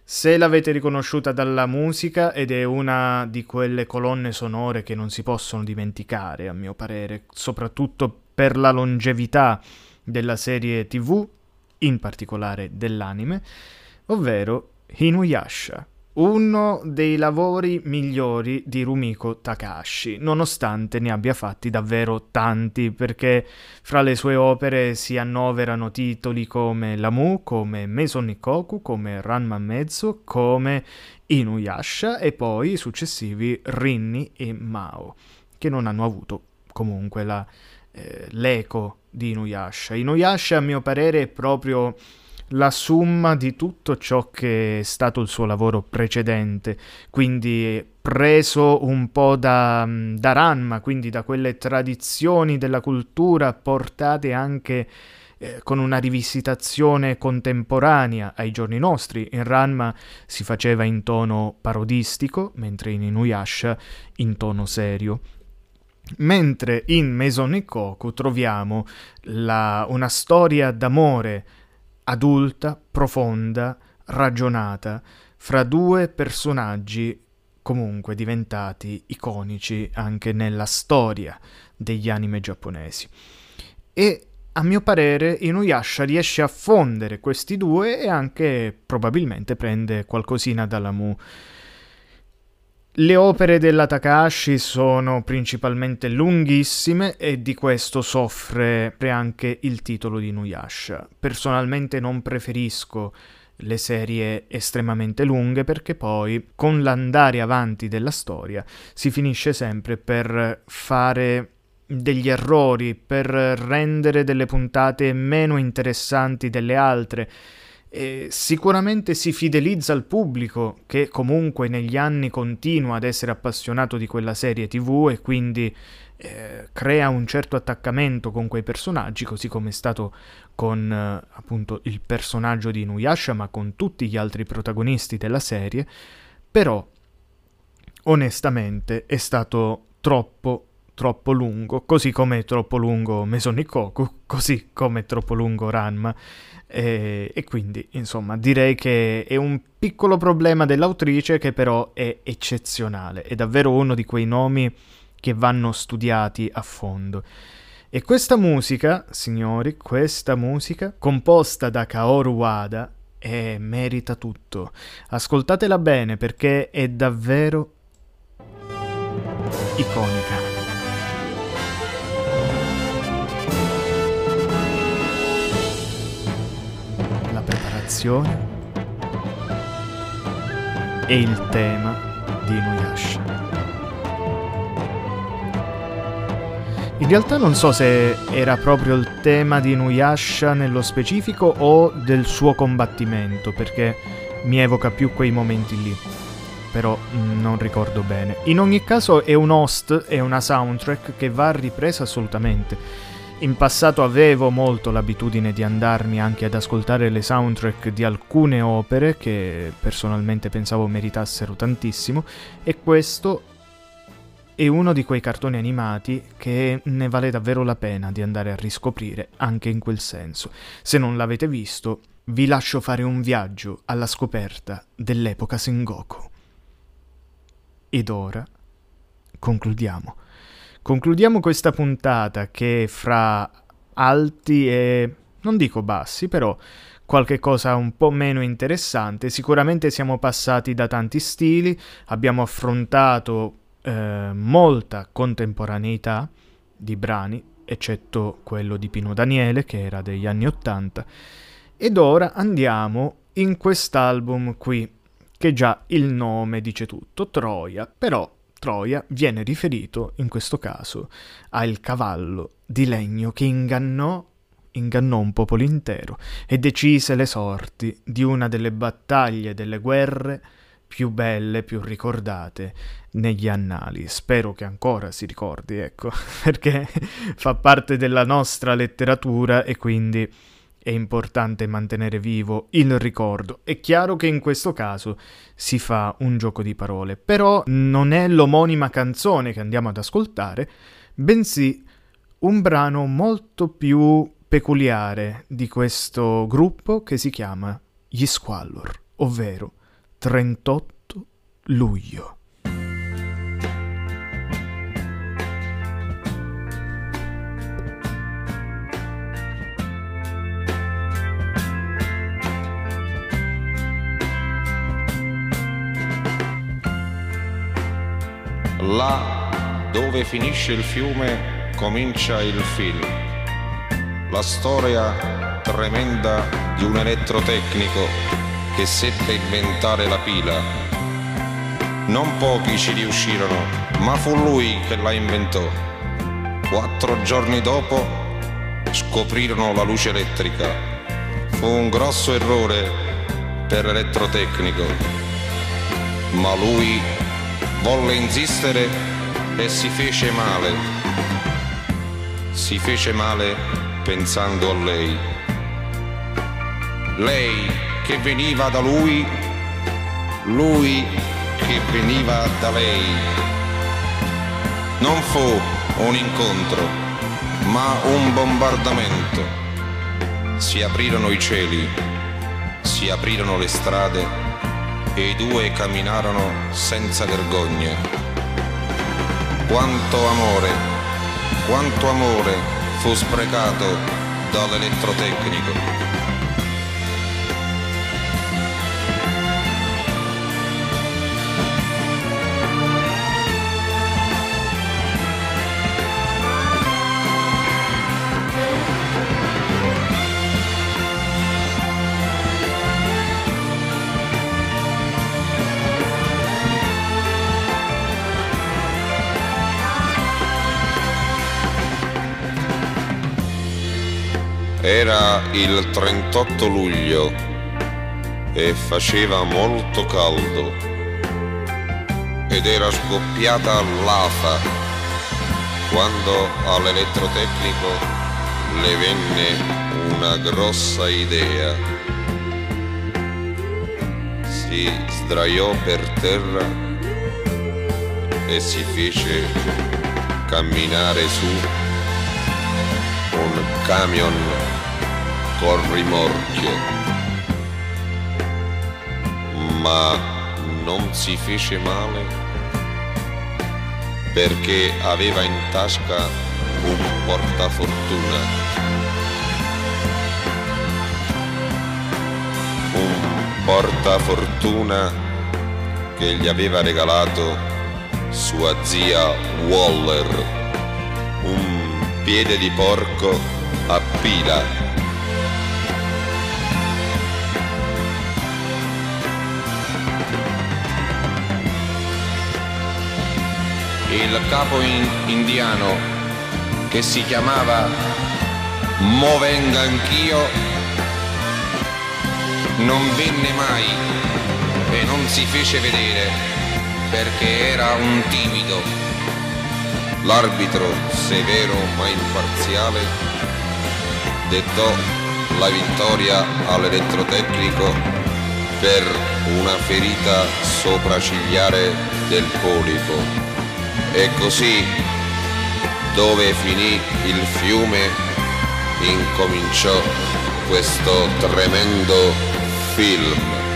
Se l'avete riconosciuta dalla musica, ed è una di quelle colonne sonore che non si possono dimenticare, a mio parere, soprattutto per la longevità della serie TV, in particolare dell'anime, ovvero Inuyasha, uno dei lavori migliori di Rumiko Takahashi, nonostante ne abbia fatti davvero tanti, perché fra le sue opere si annoverano titoli come Lamu, come Maison Ikkoku, come Ranma Mezzo, come Inuyasha e poi i successivi Rinni e Mao, che non hanno avuto comunque l'eco di Inuyasha. Inuyasha, a mio parere, è proprio la summa di tutto ciò che è stato il suo lavoro precedente, quindi preso un po' da Ranma, quindi da quelle tradizioni della cultura portate anche con una rivisitazione contemporanea ai giorni nostri. In Ranma si faceva in tono parodistico, mentre in Inuyasha in tono serio. Mentre in Maison Ikkoku troviamo una storia d'amore adulta, profonda, ragionata, fra due personaggi comunque diventati iconici anche nella storia degli anime giapponesi. E a mio parere Inuyasha riesce a fondere questi due e anche probabilmente prende qualcosina dalla Mu. Le opere della Takahashi sono principalmente lunghissime e di questo soffre anche il titolo di Inuyasha. Personalmente non preferisco le serie estremamente lunghe perché poi con l'andare avanti della storia si finisce sempre per fare degli errori, per rendere delle puntate meno interessanti delle altre. E sicuramente si fidelizza il pubblico che comunque negli anni continua ad essere appassionato di quella serie TV e quindi crea un certo attaccamento con quei personaggi, così come è stato con appunto il personaggio di Inuyasha, ma con tutti gli altri protagonisti della serie. Però onestamente è stato troppo lungo, così come è troppo lungo Maison Ikkoku, così come è troppo lungo Ranma. E quindi, insomma, direi che è un piccolo problema dell'autrice che però è eccezionale, è davvero uno di quei nomi che vanno studiati a fondo. E questa musica, signori, questa musica, composta da Kaoru Wada, merita tutto. Ascoltatela bene perché è davvero iconica. E il tema di Inuyasha. In realtà non so se era proprio il tema di Inuyasha nello specifico o del suo combattimento, perché mi evoca più quei momenti lì, però non ricordo bene. In ogni caso è un host, è una soundtrack che va ripresa assolutamente. In passato avevo molto l'abitudine di andarmi anche ad ascoltare le soundtrack di alcune opere che personalmente pensavo meritassero tantissimo, e questo è uno di quei cartoni animati che ne vale davvero la pena di andare a riscoprire anche in quel senso. Se non l'avete visto, vi lascio fare un viaggio alla scoperta dell'epoca Sengoku. Ed ora concludiamo. Concludiamo questa puntata che fra alti e non dico bassi, però qualche cosa un po' meno interessante. Sicuramente siamo passati da tanti stili, abbiamo affrontato molta contemporaneità di brani, eccetto quello di Pino Daniele che era degli anni '80, ed ora andiamo in quest'album qui, che già il nome dice tutto, Troia, però Troia viene riferito in questo caso al cavallo di legno che ingannò un popolo intero e decise le sorti di una delle battaglie, delle guerre più belle, più ricordate negli annali. Spero che ancora si ricordi, ecco, perché fa parte della nostra letteratura e quindi è importante mantenere vivo il ricordo. È chiaro che in questo caso si fa un gioco di parole, però non è l'omonima canzone che andiamo ad ascoltare, bensì un brano molto più peculiare di questo gruppo che si chiama Gli Squallor, ovvero 38 luglio.
Là dove finisce il fiume comincia il film. La storia tremenda di un elettrotecnico che seppe inventare la pila. Non pochi ci riuscirono, ma fu lui che la inventò. 4 giorni dopo scoprirono la luce elettrica. Fu un grosso errore per l'elettrotecnico, ma lui volle insistere e si fece male. Si fece male pensando a lei. Lei che veniva da lui che veniva da lei. Non fu un incontro, ma un bombardamento. Si aprirono i cieli, si aprirono le strade e i due camminarono senza vergogna. Quanto amore fu sprecato dall'elettrotecnico. Era il 38 luglio e faceva molto caldo ed era scoppiata l'afa quando all'elettrotecnico le venne una grossa idea. Si sdraiò per terra e si fece camminare su un camion col rimorchio, ma non si fece male perché aveva in tasca un portafortuna. Un portafortuna che gli aveva regalato sua zia Waller, un piede di porco a pila. Il capo indiano, che si chiamava Mo venga anch'io, non venne mai e non si fece vedere perché era un timido. L'arbitro, severo ma imparziale, dettò la vittoria all'elettrotecnico per una ferita sopraccigliare del polipo. E così, dove finì il fiume, incominciò questo tremendo film.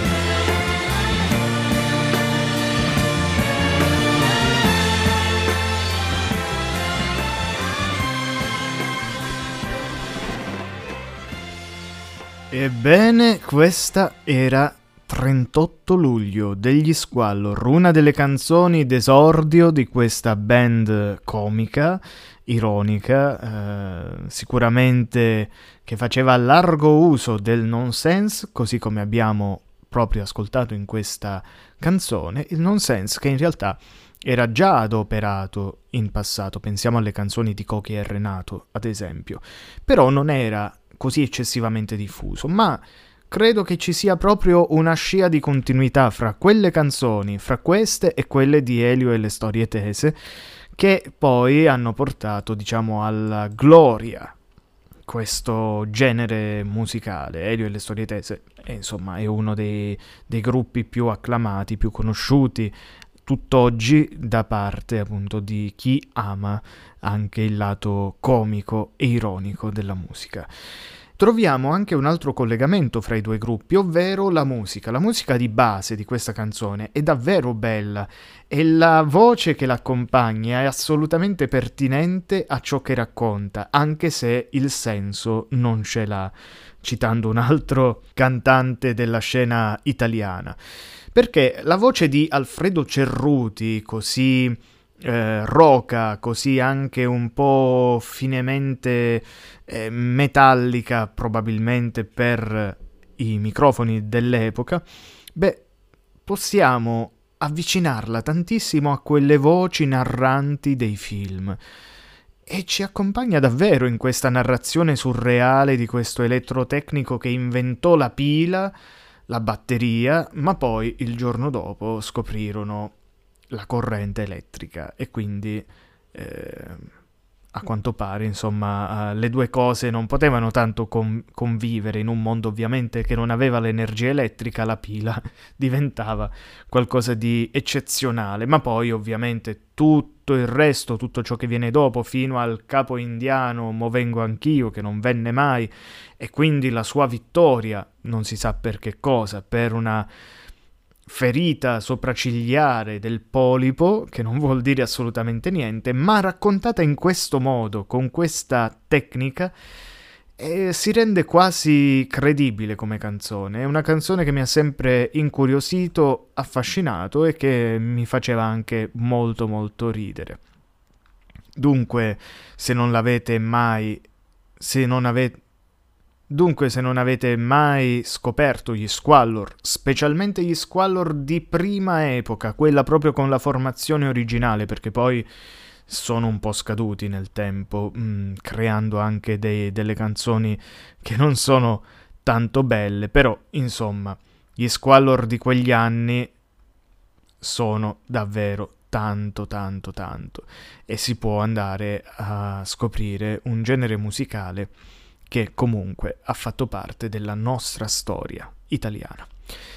Ebbene, questa era 38 luglio degli Squallor, una delle canzoni d'esordio di questa band comica, ironica, sicuramente che faceva largo uso del nonsense, così come abbiamo proprio ascoltato in questa canzone, il nonsense che in realtà era già adoperato in passato, pensiamo alle canzoni di Cochi e Renato, ad esempio, però non era così eccessivamente diffuso, ma credo che ci sia proprio una scia di continuità fra quelle canzoni, fra queste e quelle di Elio e le storie tese, che poi hanno portato, diciamo, alla gloria questo genere musicale. Elio e le storie tese, insomma, è uno dei gruppi più acclamati, più conosciuti tutt'oggi da parte appunto di chi ama anche il lato comico e ironico della musica. troviamo anche un altro collegamento fra i due gruppi, ovvero la musica. La musica di base di questa canzone è davvero bella e la voce che l'accompagna è assolutamente pertinente a ciò che racconta, anche se il senso non ce l'ha, citando un altro cantante della scena italiana. Perché la voce di Alfredo Cerruti, così roca, così anche un po' finemente metallica probabilmente per i microfoni dell'epoca, possiamo avvicinarla tantissimo a quelle voci narranti dei film e ci accompagna davvero in questa narrazione surreale di questo elettrotecnico che inventò la pila, la batteria, ma poi il giorno dopo scoprirono la corrente elettrica e quindi a quanto pare insomma le due cose non potevano tanto convivere in un mondo ovviamente che non aveva l'energia elettrica. La pila diventava qualcosa di eccezionale, ma poi ovviamente tutto il resto, tutto ciò che viene dopo, fino al capo indiano Mo vengo anch'io, che non venne mai, e quindi la sua vittoria, non si sa per che cosa, per una ferita sopraccigliare del polipo, che non vuol dire assolutamente niente, ma raccontata in questo modo, con questa tecnica, si rende quasi credibile come canzone. È una canzone che mi ha sempre incuriosito, affascinato e che mi faceva anche molto molto ridere. Dunque, se non avete mai scoperto gli Squallor, specialmente gli Squallor di prima epoca, quella proprio con la formazione originale, perché poi sono un po' scaduti nel tempo, creando anche delle canzoni che non sono tanto belle, però insomma gli Squallor di quegli anni sono davvero tanto e si può andare a scoprire un genere musicale che comunque ha fatto parte della nostra storia italiana.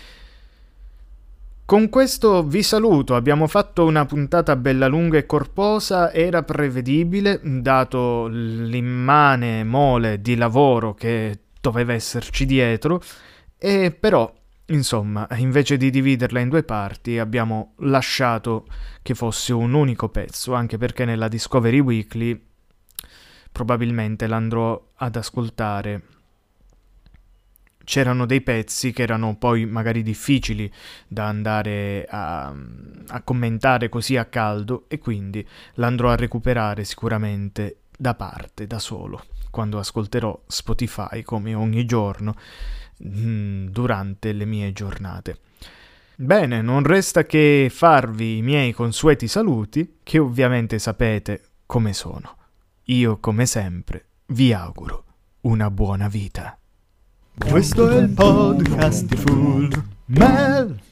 Con questo vi saluto, abbiamo fatto una puntata bella lunga e corposa, era prevedibile dato l'immane mole di lavoro che doveva esserci dietro, e però insomma invece di dividerla in due parti abbiamo lasciato che fosse un unico pezzo, anche perché nella Discovery Weekly probabilmente l'andrò ad ascoltare. C'erano dei pezzi che erano poi magari difficili da andare a commentare così a caldo, e quindi l'andrò a recuperare sicuramente da parte, da solo, quando ascolterò Spotify come ogni giorno durante le mie giornate. Bene, non resta che farvi i miei consueti saluti, che ovviamente sapete come sono. Io, come sempre, vi auguro una buona vita.
Questo è il podcast di Full Metal.